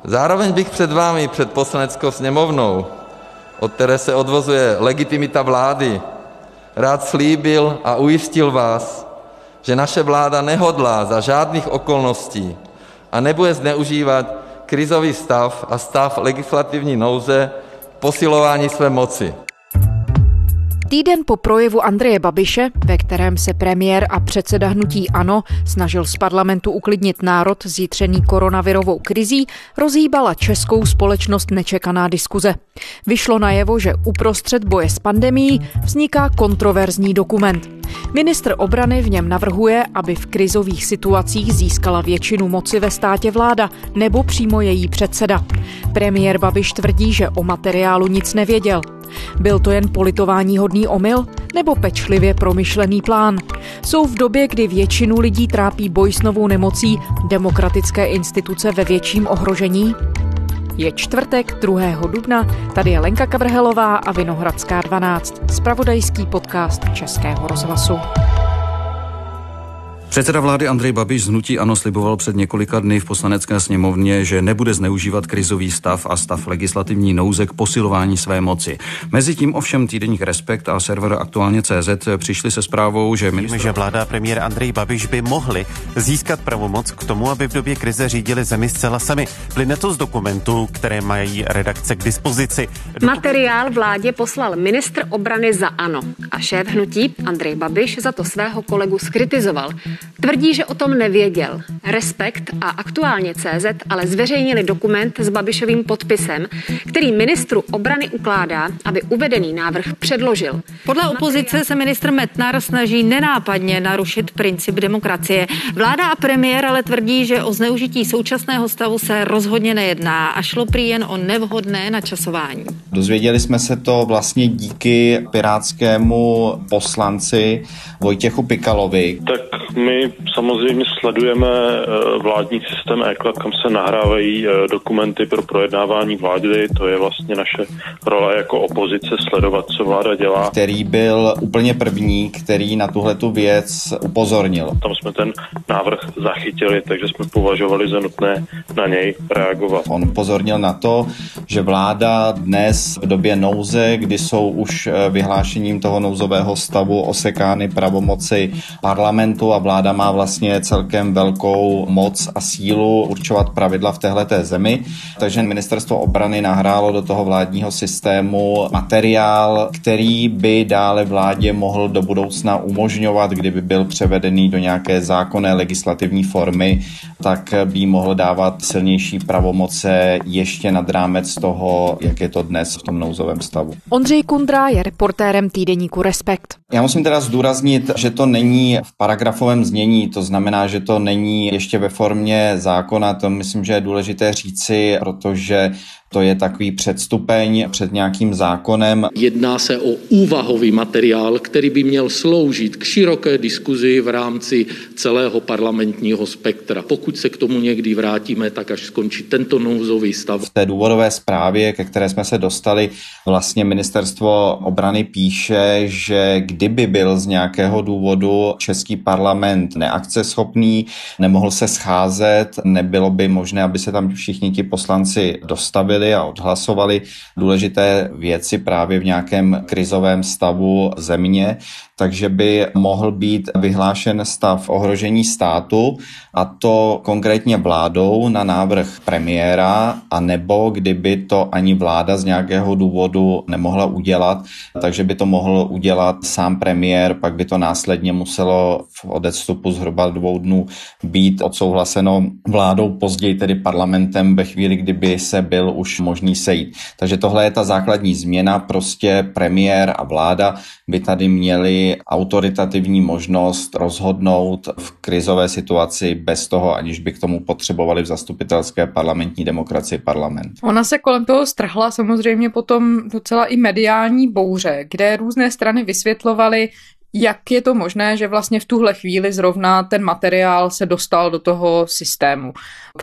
Zároveň bych před vámi, před Poslaneckou sněmovnou, od které se odvozuje legitimita vlády, rád slíbil a ujistil vás, že naše vláda nehodlá za žádných okolností a nebude zneužívat krizový stav a stav legislativní nouze k posilování své moci. Týden po projevu Andreje Babiše, ve kterém se premiér a předseda hnutí ANO snažil z parlamentu uklidnit národ zjitřený koronavirovou krizí, rozhýbala českou společnost nečekaná diskuze. Vyšlo najevo, že uprostřed boje s pandemií vzniká kontroverzní dokument. Ministr obrany v něm navrhuje, aby v krizových situacích získala většinu moci ve státě vláda nebo přímo její předseda. Premiér Babiš tvrdí, že o materiálu nic nevěděl. Byl to jen politováníhodný omyl nebo pečlivě promyšlený plán? Jsou v době, kdy většinu lidí trápí boj s novou nemocí, demokratické instituce ve větším ohrožení? Je čtvrtek 2. dubna, tady je Lenka Kavrhelová a Vinohradská 12, zpravodajský podcast Českého rozhlasu. Předseda vlády Andrej Babiš z hnutí ANO sliboval před několika dny v Poslanecké sněmovně, že nebude zneužívat krizový stav a stav legislativní nouze k posilování své moci. Mezitím ovšem týdeník Respekt a server Aktuálně.cz přišli se zprávou, že vláda a premiér Andrej Babiš by mohli získat pravomoc k tomu, aby v době krize řídili zemi zcela sami. Plyne to z dokumentů, které mají redakce k dispozici. Materiál vládě poslal ministr obrany za ANO a šéf hnutí Andrej Babiš za to svého kolegu zkritizoval. Tvrdí, že o tom nevěděl. Respekt a Aktuálně.cz ale zveřejnili dokument s Babišovým podpisem, který ministru obrany ukládá, aby uvedený návrh předložil. Podle opozice se ministr Metnar snaží nenápadně narušit princip demokracie. Vláda a premiér ale tvrdí, že o zneužití současného stavu se rozhodně nejedná a šlo prý jen o nevhodné načasování. Dozvěděli jsme se to vlastně díky pirátskému poslanci Vojtěchu Pikalovi. Tak my samozřejmě sledujeme vládní systém eCloud, kam se nahrávají dokumenty pro projednávání vlády. To je vlastně naše role jako opozice sledovat, co vláda dělá. Který byl úplně první, který na tuhletu věc upozornil. Tam jsme ten návrh zachytili, takže jsme považovali za nutné na něj reagovat. On upozornil na to, že vláda dnes v době nouze, kdy jsou už vyhlášením toho nouzového stavu osekány pravomoci parlamentu a vláda má vlastně celkem velkou moc a sílu určovat pravidla v téhleté zemi. Takže ministerstvo obrany nahrálo do toho vládního systému materiál, který by dále vládě mohl do budoucna umožňovat, kdyby byl převedený do nějaké zákonné legislativní formy, tak by mohl dávat silnější pravomoce ještě nad rámec toho, jak je to dnes v tom nouzovém stavu. Ondřej Kundra je reportérem týdeníku Respekt. Já musím teda zdůraznit, že to není v paragrafovém znění, to znamená, že to není ještě ve formě zákona, to myslím, že je důležité říci, protože to je takový předstupeň před nějakým zákonem. Jedná se o úvahový materiál, který by měl sloužit k široké diskuzi v rámci celého parlamentního spektra. Pokud se k tomu někdy vrátíme, tak až skončí tento nouzový stav. V té důvodové zprávě, ke které jsme se dostali, vlastně ministerstvo obrany píše, že kdyby byl z nějakého důvodu český parlament neakceschopný, nemohl se scházet, nebylo by možné, aby se tam všichni ti poslanci dostavili a odhlasovali důležité věci právě v nějakém krizovém stavu země, takže by mohl být vyhlášen stav ohrožení státu, a to konkrétně vládou na návrh premiéra, a nebo kdyby to ani vláda z nějakého důvodu nemohla udělat, takže by to mohl udělat sám premiér, pak by to následně muselo v odstupu zhruba 2 dnů být odsouhlaseno vládou, později tedy parlamentem ve chvíli, kdyby se byl už možný sejít. Takže tohle je ta základní změna, prostě premiér a vláda by tady měli autoritativní možnost rozhodnout v krizové situaci bez toho, aniž by k tomu potřebovali v zastupitelské parlamentní demokracii parlament. Ona se kolem toho strhla samozřejmě potom docela i mediální bouře, kde různé strany vysvětlovaly, jak je to možné, že vlastně v tuhle chvíli zrovna ten materiál se dostal do toho systému, který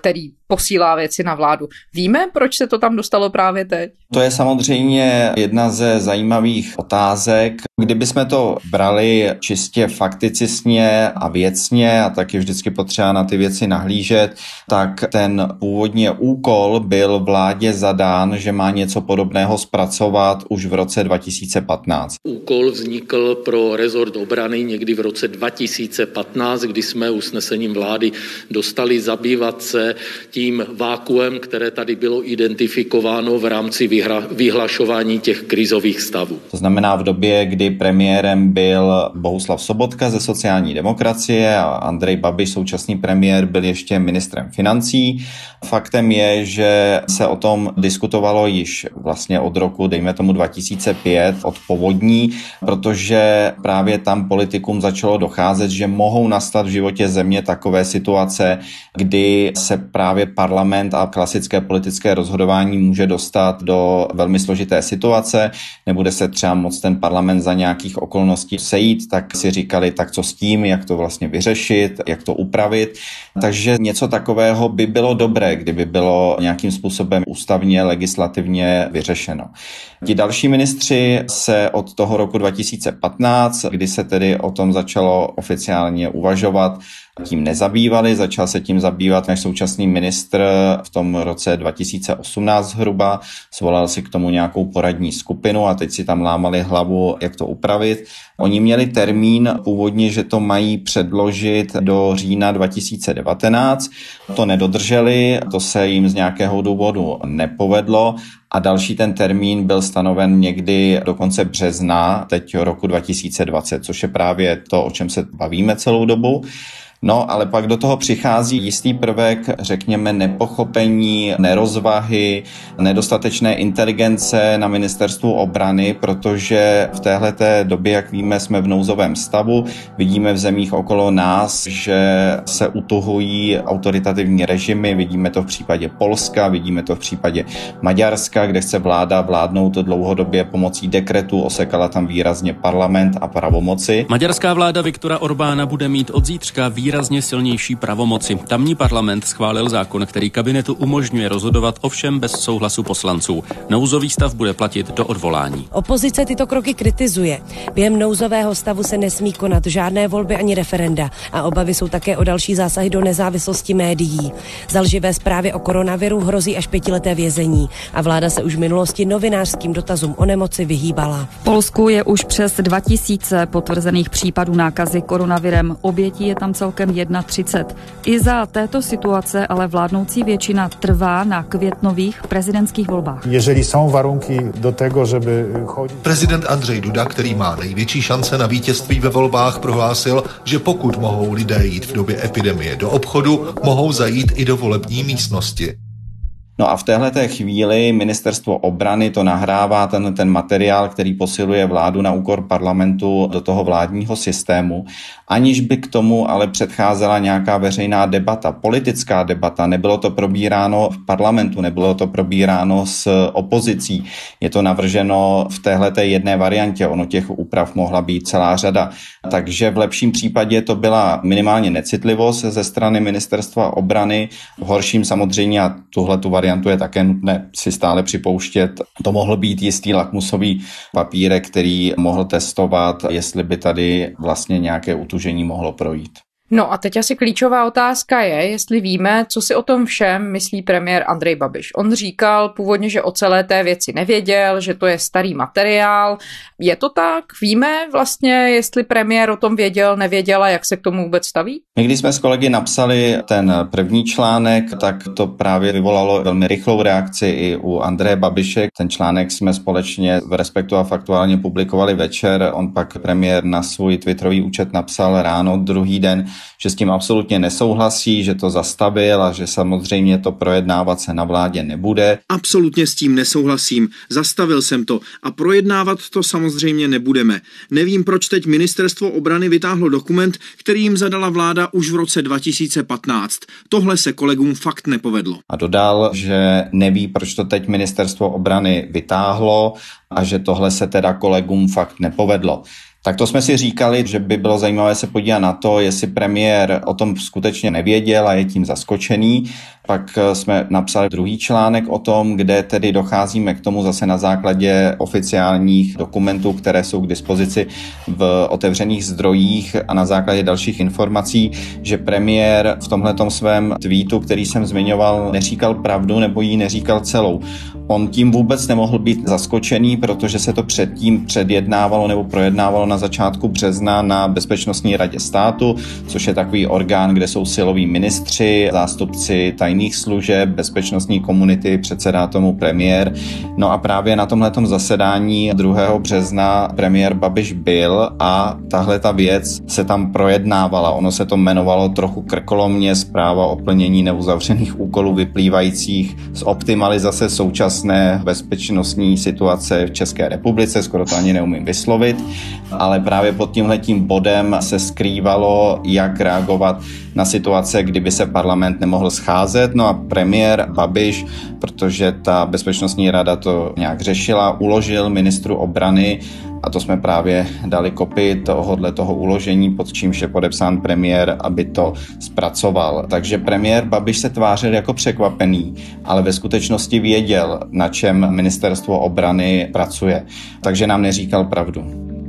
posílá věci na vládu. Víme, proč se to tam dostalo právě teď? To je samozřejmě jedna ze zajímavých otázek. Kdybychom to brali čistě fakticistně a věcně, a taky vždycky potřeba na ty věci nahlížet, tak ten původně úkol byl vládě zadán, že má něco podobného zpracovat už v roce 2015. Úkol vznikl pro rezort obrany někdy v roce 2015, kdy jsme usnesením vlády dostali zabývat se tím vákuem, které tady bylo identifikováno v rámci vyhlašování těch krizových stavů. To znamená v době, kdy premiérem byl Bohuslav Sobotka ze sociální demokracie a Andrej Babiš, současný premiér, byl ještě ministrem financí. Faktem je, že se o tom diskutovalo již vlastně od roku, dejme tomu 2005, od povodní, protože právě tam politikům začalo docházet, že mohou nastat v životě země takové situace, kdy se právě parlament a klasické politické rozhodování může dostat do velmi složité situace, nebude se třeba moc ten parlament za nějakých okolností sejít, tak si říkali, tak co s tím, jak to vlastně vyřešit, jak to upravit. Takže něco takového by bylo dobré, kdyby bylo nějakým způsobem ústavně, legislativně vyřešeno. Ti další ministři se od toho roku 2015, kdy se tedy o tom začalo oficiálně uvažovat, tím nezabývali, začal se tím zabývat náš současný ministr v tom roce 2018 zhruba, svolal si k tomu nějakou poradní skupinu a teď si tam lámali hlavu, jak to upravit. Oni měli termín původně, že to mají předložit do října 2019, to nedodrželi, to se jim z nějakého důvodu nepovedlo. A další ten termín byl stanoven někdy do konce března, teď roku 2020, což je právě to, o čem se bavíme celou dobu. No, ale pak do toho přichází jistý prvek, řekněme, nepochopení, nerozvahy, nedostatečné inteligence na ministerstvu obrany, protože v téhleté době, jak víme, jsme v nouzovém stavu. Vidíme v zemích okolo nás, že se utuhují autoritativní režimy. Vidíme to v případě Polska, vidíme to v případě Maďarska, kde chce vláda vládnout dlouhodobě pomocí dekretu, osekala tam výrazně parlament a pravomoci. Maďarská vláda Viktora Orbána bude mít od zítřka výrazně silnější pravomoci. Tamní parlament schválil zákon, který kabinetu umožňuje rozhodovat o všem bez souhlasu poslanců. Nouzový stav bude platit do odvolání. Opozice tyto kroky kritizuje. Během nouzového stavu se nesmí konat žádné volby ani referenda a obavy jsou také o další zásahy do nezávislosti médií. Za lživé zprávy o koronaviru hrozí až 5leté vězení a vláda se už v minulosti novinářským dotazům o nemoci vyhýbala. V Polsku je už přes 2000 potvrzených případů nákazy koronavirem. Obětí je tam celkem 31. I za této situace ale vládnoucí většina trvá na květnových prezidentských volbách. Jeżeli jsou varunky do tego, żeby chodit... Prezident Andřej Duda, který má největší šance na vítězství ve volbách, prohlásil, že pokud mohou lidé jít v době epidemie do obchodu, mohou zajít i do volební místnosti. No a v téhleté chvíli ministerstvo obrany to nahrává ten materiál, který posiluje vládu na úkor parlamentu do toho vládního systému, aniž by k tomu ale předcházela nějaká veřejná debata, politická debata. Nebylo to probíráno v parlamentu, nebylo to probíráno s opozicí. Je to navrženo v téhleté jedné variantě, ono těch úprav mohla být celá řada. Takže v lepším případě to byla minimálně necitlivost ze strany ministerstva obrany, v horším samozřejmě, a tuhletu variantu je také nutné si stále připouštět, to mohl být jistý lakmusový papírek, který mohl testovat, jestli by tady vlastně nějaké utužení mohlo projít. No a teď asi klíčová otázka je, jestli víme, co si o tom všem myslí premiér Andrej Babiš. On říkal původně, že o celé té věci nevěděl, že to je starý materiál. Je to tak? Víme vlastně, jestli premiér o tom věděl, nevěděl a jak se k tomu vůbec staví? My, když jsme s kolegy napsali ten první článek, tak to právě vyvolalo velmi rychlou reakci i u Andreje Babiše. Ten článek jsme společně v Respektu a Faktuálně publikovali večer. On pak premiér na svůj twitterový účet napsal ráno druhý den, že s tím absolutně nesouhlasí, že to zastavil a že samozřejmě to projednávat se na vládě nebude. Absolutně s tím nesouhlasím. Zastavil jsem to a projednávat to samozřejmě nebudeme. Nevím, proč teď ministerstvo obrany vytáhlo dokument, který jim zadala vláda už v roce 2015. Tohle se kolegům fakt nepovedlo. A dodal, že neví, proč to teď ministerstvo obrany vytáhlo a že tohle se teda kolegům fakt nepovedlo. Tak to jsme si říkali, že by bylo zajímavé se podívat na to, jestli premiér o tom skutečně nevěděl a je tím zaskočený. Pak jsme napsali druhý článek o tom, kde tedy docházíme k tomu zase na základě oficiálních dokumentů, které jsou k dispozici v otevřených zdrojích a na základě dalších informací, že premiér v tomhletom svém tweetu, který jsem zmiňoval, neříkal pravdu nebo ji neříkal celou. On tím vůbec nemohl být zaskočený, protože se to předtím předjednávalo nebo projednávalo na začátku března na Bezpečnostní radě státu, což je takový orgán, kde jsou siloví ministři, zástupci tajných služeb, bezpečnostní komunity, předsedá tomu premiér. No a právě na tomhletom zasedání 2. března premiér Babiš byl a tahle ta věc se tam projednávala. Ono se to jmenovalo trochu krkolomně zpráva o plnění neuzavřených úkolů vyplývajících z optimalizace současné bezpečnostní situace v České republice, skoro to ani neumím vyslovit, ale právě pod tímhletím bodem se skrývalo, jak reagovat na situace, kdyby se parlament nemohl scházet. No a premiér Babiš, protože ta bezpečnostní rada to nějak řešila, uložil ministru obrany, a to jsme právě dali kopii toho uložení, pod čímž je podepsán premiér, aby to zpracoval. Takže premiér Babiš se tvářil jako překvapený, ale ve skutečnosti věděl, na čem ministerstvo obrany pracuje. Takže nám neříkal pravdu.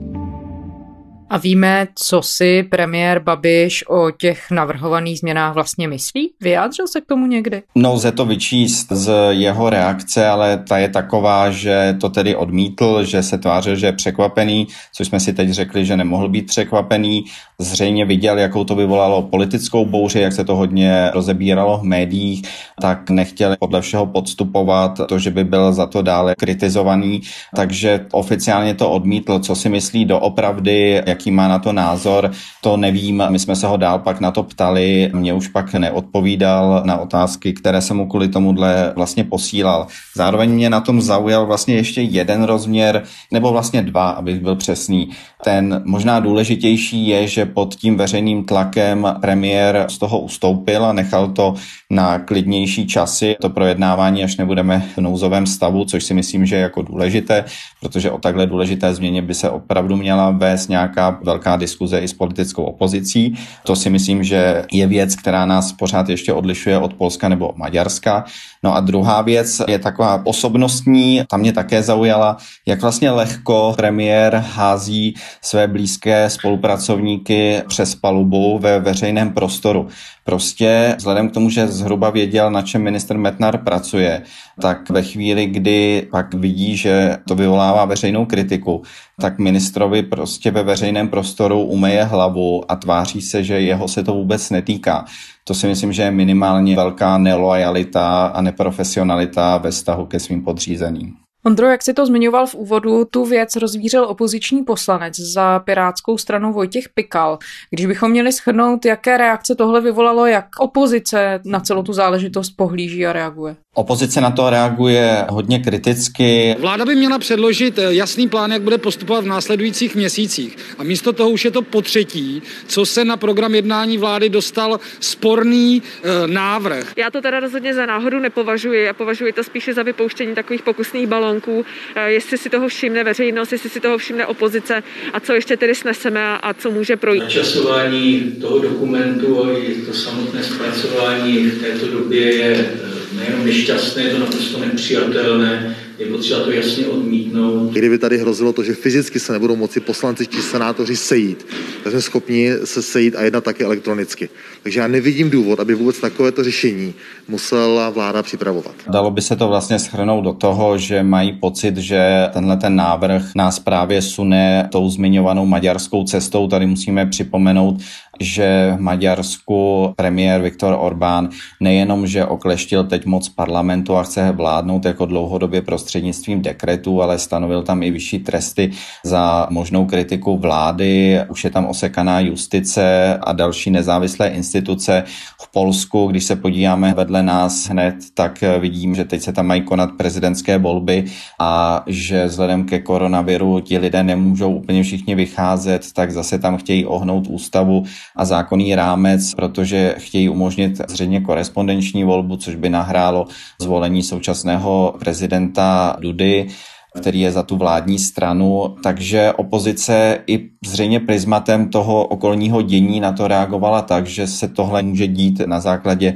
A víme, co si premiér Babiš o těch navrhovaných změnách vlastně myslí? Vyjádřil se k tomu někdy? No, lze to vyčíst z jeho reakce, ale ta je taková, že to tedy odmítl, že se tvářil, že je překvapený, což jsme si teď řekli, že nemohl být překvapený. Zřejmě viděl, jakou to vyvolalo politickou bouři, jak se to hodně rozebíralo v médiích, tak nechtěl podle všeho podstupovat to, že by byl za to dále kritizovaný, takže oficiálně to odmítl. Co si myslí doopravdy, jaký má na to názor, to nevím. My jsme se ho dál pak na to ptali, mě už pak neodpovídal na otázky, které jsem mu kvůli tomuhle vlastně posílal. Zároveň mě na tom zaujal vlastně ještě jeden rozměr, nebo vlastně dva, abych byl přesný. Ten možná důležitější je, že pod tím veřejným tlakem premiér z toho ustoupil a nechal to na klidnější časy, to projednávání, až nebudeme v nouzovém stavu, což si myslím, že je jako důležité, protože o takhle důležité změně by se opravdu měla vést nějaká velká diskuze i s politickou opozicí. To si myslím, že je věc, která nás pořád ještě odlišuje od Polska nebo Maďarska. No a druhá věc je taková osobnostní, ta mě také zaujala, jak vlastně lehko premiér hází své blízké spolupracovníky přes palubu ve veřejném prostoru. Prostě vzhledem k tomu, že zhruba věděl, na čem ministr Metnar pracuje, tak ve chvíli, kdy pak vidí, že to vyvolává veřejnou kritiku, tak ministrovi prostě ve veřejném prostoru umeje hlavu a tváří se, že jeho se to vůbec netýká. To si myslím, že je minimálně velká neloajalita a neprofesionalita ve vztahu ke svým podřízeným. Ondro, jak si to zmiňoval v úvodu, tu věc rozvířil opoziční poslanec za Pirátskou stranu Vojtěch Pikal. Když bychom měli shrnout, jaké reakce tohle vyvolalo, jak opozice na celou tu záležitost pohlíží a reaguje? Opozice na to reaguje hodně kriticky. Vláda by měla předložit jasný plán, jak bude postupovat v následujících měsících. A místo toho už je to potřetí, co se na program jednání vlády dostal sporný návrh. Já to teda rozhodně za náhodu nepovažuji. Já považuji to spíše za vypouštění takových pokusných balónků. Jestli si toho všimne veřejnost, jestli si toho všimne opozice a co ještě tedy sneseme a co může projít. Načasování toho dokumentu a i to samotné zpracování v této době je nejenom nešťastné, je to naprosto nepřijatelné, je potřeba to jasně odmítnout. Kdyby tady hrozilo to, že fyzicky se nebudou moci poslanci či senátoři sejít, tak jsme schopni se sejít a jednat také elektronicky. Takže já nevidím důvod, aby vůbec takovéto řešení musela vláda připravovat. Dalo by se to vlastně shrnout do toho, že mají pocit, že ten návrh nás právě sune tou zmiňovanou maďarskou cestou. Tady musíme připomenout, že v Maďarsku premiér Viktor Orbán nejenom, že okleštil teď moc parlamentu a chce vládnout jako dlouhodobě prostřednictvím dekretu, ale stanovil tam i vyšší tresty za možnou kritiku vlády. Už je tam osekaná justice a další nezávislé instituce. V Polsku, když se podíváme vedle nás hned, tak vidím, že teď se tam mají konat prezidentské volby a že vzhledem ke koronaviru ti lidé nemůžou úplně všichni vycházet, tak zase tam chtějí ohnout ústavu a zákonný rámec, protože chtějí umožnit zřejmě korespondenční volbu, což by nahrálo zvolení současného prezidenta Dudy, který je za tu vládní stranu. Takže opozice i zřejmě prismatem toho okolního dění na to reagovala tak, že se tohle může dít na základě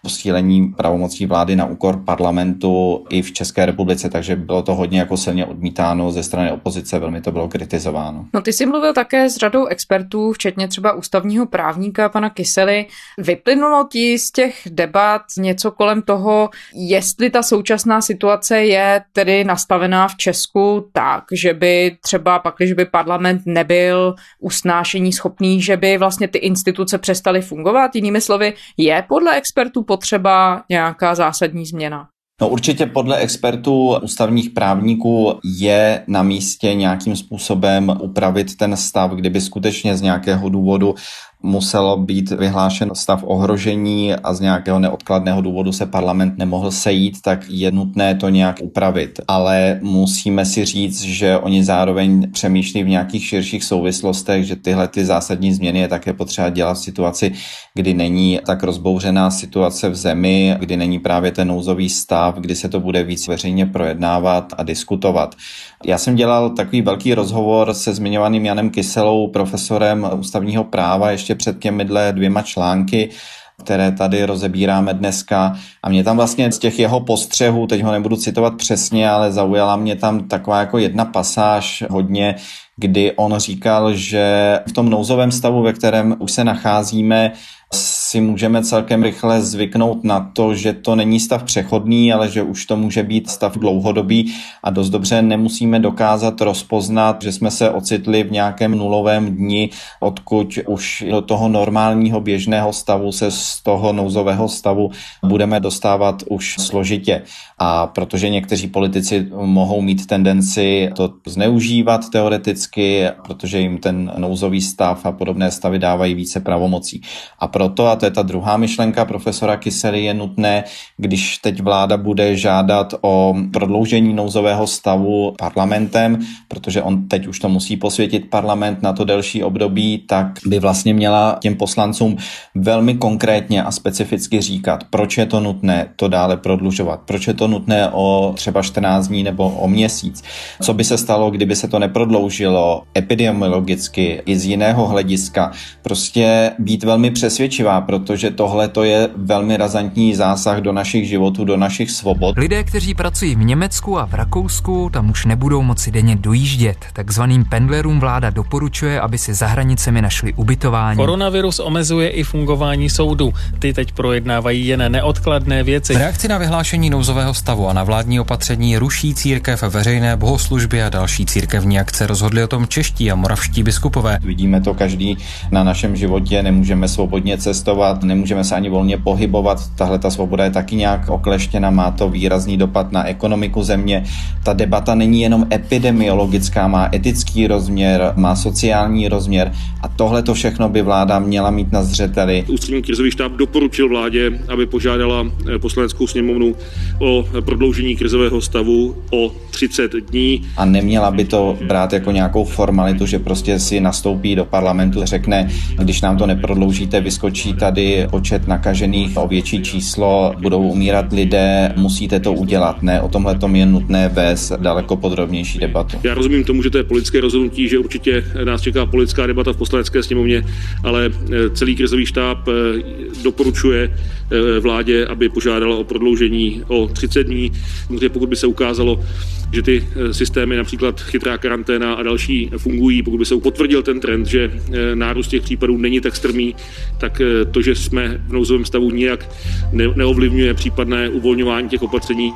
posílení pravomocí vlády na úkor parlamentu i v České republice, takže bylo to hodně jako silně odmítáno ze strany opozice, velmi to bylo kritizováno. No ty jsi mluvil také s řadou expertů, včetně třeba ústavního právníka pana Kysely. Vyplynulo ti z těch debat něco kolem toho, jestli ta současná situace je tedy nastavená v Česku tak, že by třeba pak, když by parlament nebyl usnášení schopný, že by vlastně ty instituce přestaly fungovat? Jinými slovy, je podle expertů potřeba nějaká zásadní změna? No určitě podle expertů ústavních právníků je na místě nějakým způsobem upravit ten stav, kdyby skutečně z nějakého důvodu muselo být vyhlášen stav ohrožení a z nějakého neodkladného důvodu se parlament nemohl sejít, tak je nutné to nějak upravit. Ale musíme si říct, že oni zároveň přemýšlí v nějakých širších souvislostech, že tyhle ty zásadní změny je také potřeba dělat v situaci, kdy není tak rozbouřená situace v zemi, kdy není právě ten nouzový stav, kdy se to bude víc veřejně projednávat a diskutovat. Já jsem dělal takový velký rozhovor se zmiňovaným Janem Kyselou, profesorem ústavního práva, ještě před těmihle 2 články, které tady rozebíráme dneska. A mě tam vlastně z těch jeho postřehů, teď ho nebudu citovat přesně, ale zaujala mě tam taková jako jedna pasáž hodně, kdy on říkal, že v tom nouzovém stavu, ve kterém už se nacházíme, si můžeme celkem rychle zvyknout na to, že to není stav přechodný, ale že už to může být stav dlouhodobý a dost dobře nemusíme dokázat rozpoznat, že jsme se ocitli v nějakém nulovém dni, odkud už do toho normálního běžného stavu se z toho nouzového stavu budeme dostávat už složitě. A protože někteří politici mohou mít tendenci to zneužívat teoreticky, protože jim ten nouzový stav a podobné stavy dávají více pravomocí. A proto, a to je ta druhá myšlenka profesora Kysely, je nutné, když teď vláda bude žádat o prodloužení nouzového stavu parlamentem, protože on teď už to musí posvětit parlament na to delší období, tak by vlastně měla těm poslancům velmi konkrétně a specificky říkat, proč je to nutné to dále prodlužovat, proč je to nutné o třeba 14 dní nebo o měsíc. Co by se stalo, kdyby se to neprodloužilo epidemiologicky i z jiného hlediska. Prostě být velmi přesvědčivá, protože tohle to je velmi razantní zásah do našich životů, do našich svobod. Lidé, kteří pracují v Německu a v Rakousku, tam už nebudou moci denně dojíždět. Takzvaným pendlerům vláda doporučuje, aby si za hranicemi našli ubytování. Koronavirus omezuje i fungování soudu. Ty teď projednávají jen neodkladné věci. V reakci na vyhlášení nouzového stavu a na vládní opatření ruší církev veřejné bohoslužby a další církevní akce rozhodli o tom čeští a moravští biskupové. Vidíme to každý na našem životě, nemůžeme svobodně cestovat, nemůžeme se ani volně pohybovat. Tahle ta svoboda je taky nějak okleštěna, má to výrazný dopad na ekonomiku země. Ta debata není jenom epidemiologická, má etický rozměr, má sociální rozměr a tohle to všechno by vláda měla mít na zřeteli. Ústřední krizový štáb doporučil vládě, aby požádala Poslaneckou sněmovnu o prodloužení krizového stavu o 30 dní. A neměla by to brát jako nějakou formalitu, že prostě si nastoupí do parlamentu, řekne, když nám to neprodloužíte, vyskočí tady počet nakažených o větší číslo, budou umírat lidé, musíte to udělat. Ne, o tomhle tom je nutné vést daleko podrobnější debatu. Já rozumím tomu, že to je politické rozhodnutí, že určitě nás čeká politická debata v Poslanecké sněmovně, ale celý krizový štáb doporučuje vládě, aby požádala o prodloužení o 30 dní. Pokud by se ukázalo, že ty systémy, například chytrá karanténa a další fungují, pokud by se potvrdil ten trend, že nárůst těch případů není tak strmý, tak to, že jsme v nouzovém stavu nijak neovlivňuje případné uvolňování těch opatření.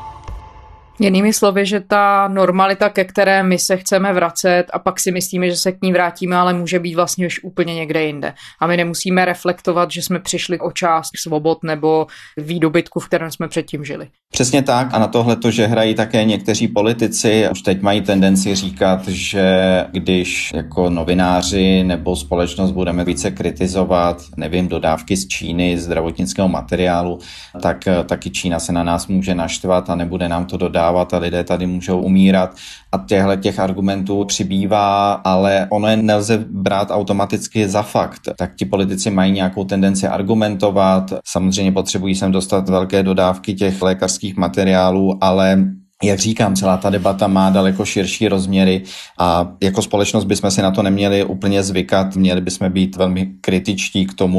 Jinými slovy, že ta normalita, ke které my se chceme vracet a pak si myslíme, že se k ní vrátíme, ale může být vlastně už úplně někde jinde. A my nemusíme reflektovat, že jsme přišli o část svobod nebo výdobytku, v kterém jsme předtím žili. Přesně tak a na tohleto, že hrají také někteří politici, už teď mají tendenci říkat, že když jako novináři nebo společnost budeme více kritizovat, nevím, dodávky z Číny, zdravotnického materiálu, tak taky Čína se na nás může naštvat a nebude nám to dodávat a lidé tady můžou umírat. A těch argumentů přibývá, ale ono je nelze brát automaticky za fakt. Tak ti politici mají nějakou tendenci argumentovat, samozřejmě potřebují sem dostat velké dodávky těch lékařských materiálů, ale jak říkám, celá ta debata má daleko širší rozměry a jako společnost bychom si na to neměli úplně zvykat, měli bychom být velmi kritičtí k tomu,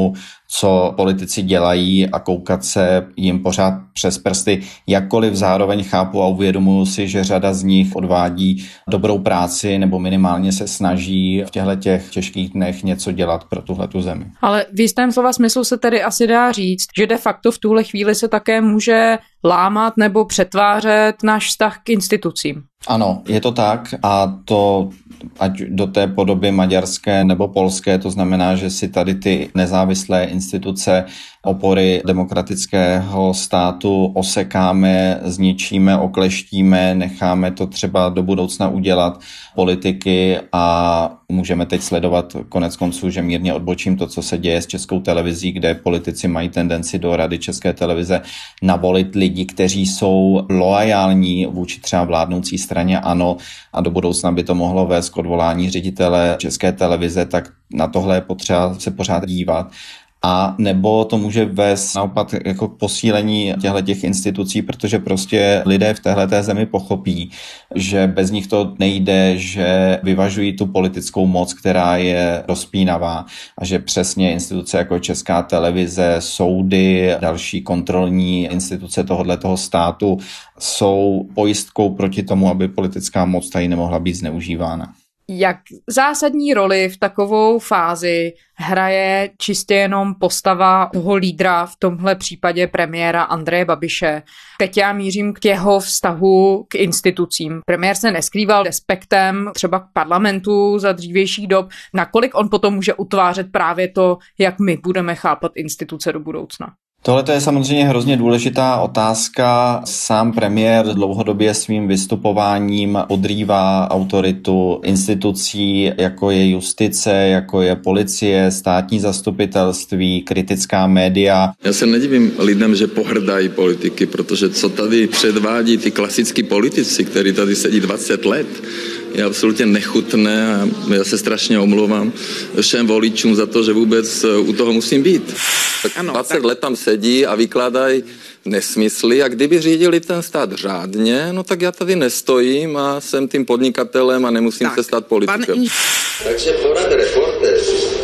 co politici dělají a koukat se jim pořád přes prsty, jakkoliv zároveň chápu a uvědomuji si, že řada z nich odvádí dobrou práci nebo minimálně se snaží v těchto těžkých dnech něco dělat pro tuhletu zemi. Ale v jistém slova smyslu se tedy asi dá říct, že de facto v tuhle chvíli se také může lámat nebo přetvářet náš vztah k institucím. Ano, je to tak a to ať do té podoby maďarské nebo polské, to znamená, že si tady ty nezávislé instituce, opory demokratického státu osekáme, zničíme, okleštíme, necháme to třeba do budoucna udělat politiky a můžeme teď sledovat konec konců, že mírně odbočím to, co se děje s Českou televizí, kde politici mají tendenci do Rady České televize navolit lidi, kteří jsou loajální vůči třeba vládnoucí straně ANO a do budoucna by to mohlo vést k odvolání ředitele České televize, tak na tohle je potřeba se pořád dívat. A nebo to může vést naopak jako k posílení těchto institucí, protože prostě lidé v téhleté zemi pochopí, že bez nich to nejde, že vyvažují tu politickou moc, která je rozpínavá a že přesně instituce jako Česká televize, soudy, další kontrolní instituce tohoto státu jsou pojistkou proti tomu, aby politická moc tady nemohla být zneužívána. Jak zásadní roli v takovou fázi hraje čistě jenom postava toho lídra, v tomhle případě premiéra Andreje Babiše? Teď já mířím k jeho vztahu k institucím. Premiér se neskrýval respektem třeba k parlamentu za dřívějších dob. Nakolik on potom může utvářet právě to, jak my budeme chápat instituce do budoucna? Tohle je samozřejmě hrozně důležitá otázka. Sám premiér dlouhodobě svým vystupováním podrývá autoritu institucí, jako je justice, jako je policie, státní zastupitelství, kritická média. Já se nedivím lidem, že pohrdají politiky, protože co tady předvádí ty klasický politici, kteří tady sedí 20 let, je absolutně nechutné a já se strašně omlouvám všem voličům za to, že vůbec u toho musím být. Ano, 20 let tam sedí a vykládají nesmysly a kdyby řídili ten stát řádně, no tak já tady nestojím a jsem tím podnikatelem a nemusím se stát politikem. Takže porad Reportér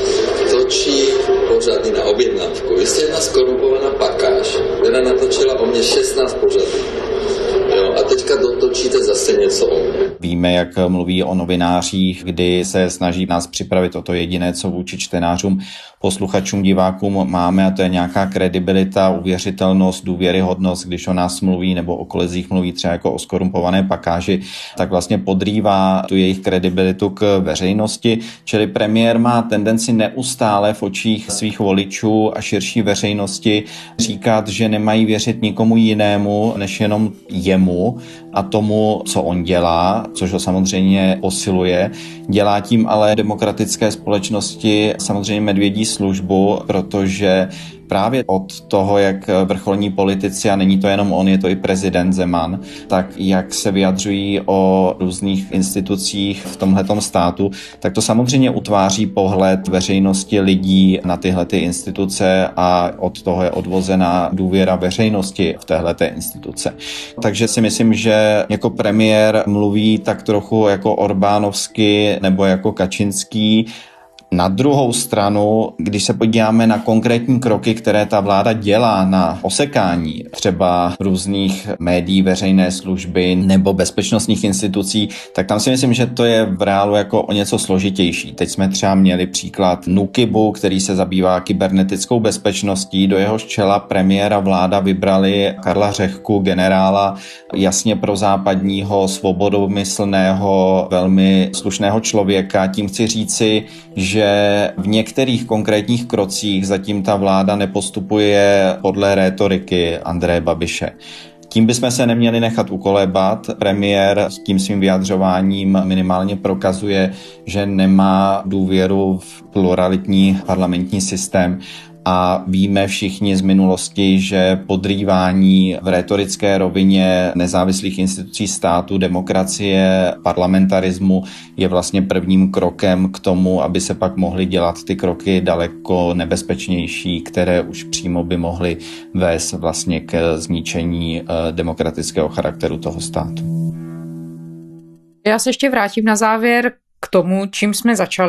točí pořady na objednávku. Vy jste jedna skorumpovaná pakáž, která natočila o mě 16 pořadů. Jo, a teďka dotočíte zase něco o mě. Víme, jak mluví o novinářích, kdy se snaží nás připravit o to jediné, co vůči čtenářům, posluchačům, divákům máme, a to je nějaká kredibilita, uvěřitelnost, důvěryhodnost, když o nás mluví nebo o kolezích mluví třeba jako o skorumpované pakáži, tak vlastně podrývá tu jejich kredibilitu k veřejnosti. Čili premiér má tendenci neustále v očích svých voličů a širší veřejnosti říkat, že nemají věřit nikomu jinému, než jenom jemu a tomu, co on dělá, což ho samozřejmě posiluje. Dělá tím ale demokratické společnosti samozřejmě medvědí službu, protože právě od toho, jak vrcholní politici, a není to jenom on, je to i prezident Zeman, tak jak se vyjadřují o různých institucích v tomhletom státu, tak to samozřejmě utváří pohled veřejnosti lidí na tyhlety instituce a od toho je odvozená důvěra veřejnosti v téhleté instituce. Takže si myslím, že jako premiér mluví tak trochu jako Orbánovsky nebo jako Kačinský. Na druhou stranu, když se podíváme na konkrétní kroky, které ta vláda dělá na osekání třeba různých médií, veřejné služby nebo bezpečnostních institucí, tak tam si myslím, že to je v reálu jako o něco složitější. Teď jsme třeba měli příklad NÚKIBu, který se zabývá kybernetickou bezpečností, do jehož čela premiéra vláda vybrali Karla Řehku, generála jasně prozápadního, svobodomyslného, velmi slušného člověka. Tím chci říci, že v některých konkrétních krocích zatím ta vláda nepostupuje podle rétoriky Andreje Babiše. Tím bychom se neměli nechat ukolébat. Premiér s tím svým vyjadřováním minimálně prokazuje, že nemá důvěru v pluralitní parlamentní systém. A víme všichni z minulosti, že podrývání v rétorické rovině nezávislých institucí státu, demokracie, parlamentarismu je vlastně prvním krokem k tomu, aby se pak mohly dělat ty kroky daleko nebezpečnější, které už přímo by mohly vést vlastně k zničení demokratického charakteru toho státu. Já se ještě vrátím na závěr k tomu, čím jsme začali.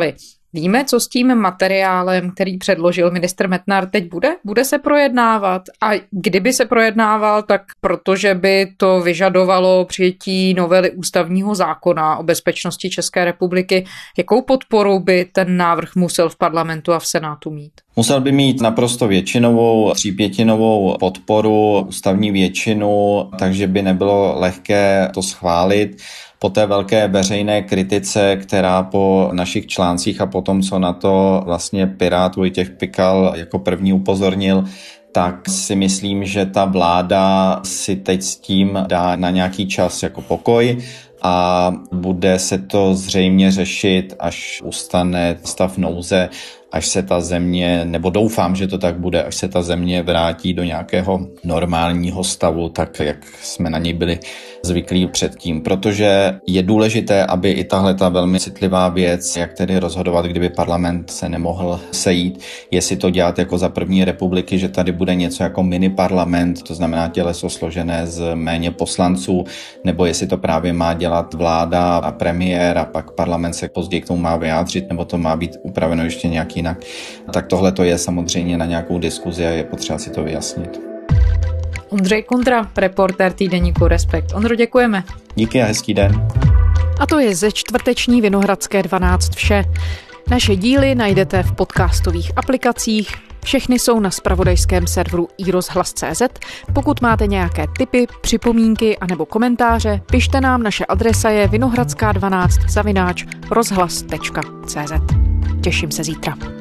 Víme, co s tím materiálem, který předložil ministr Metnar, teď bude? Bude se projednávat? A kdyby se projednával, tak protože by to vyžadovalo přijetí novely ústavního zákona o bezpečnosti České republiky, jakou podporu by ten návrh musel v parlamentu a v Senátu mít? Musel by mít naprosto většinovou, 3/5 podporu, ústavní většinu, takže by nebylo lehké to schválit. Po té velké veřejné kritice, která po našich článcích a po tom, co na to vlastně Pirát Vojtěch Pikal jako první upozornil, tak si myslím, že ta vláda si teď s tím dá na nějaký čas jako pokoj a bude se to zřejmě řešit, až ustane stav nouze, až se ta země, nebo doufám, že to tak bude, až se ta země vrátí do nějakého normálního stavu, tak jak jsme na něj byli zvyklí předtím. Protože je důležité, aby i tahle ta velmi citlivá věc, jak tedy rozhodovat, kdyby parlament se nemohl sejít, jestli to dělat jako za první republiky, že tady bude něco jako mini parlament, to znamená těleso složené z méně poslanců, nebo jestli to právě má dělat vláda a premiér a pak parlament se později k tomu má vyjádřit, nebo to má být upraveno ještě nějak jinak. Tak tohle to je samozřejmě na nějakou diskuzi a je potřeba si to vyjasnit. Ondřej Kundra, reportér týdeníku Respekt. Ondro, děkujeme. Díky a hezký den. A to je ze čtvrteční Vinohradské 12 vše. Naše díly najdete v podcastových aplikacích. Všechny jsou na zpravodajském serveru iRozhlas.cz. Pokud máte nějaké tipy, připomínky anebo komentáře, pište nám, naše adresa je vinohradská12@rozhlas.cz. Těším se zítra.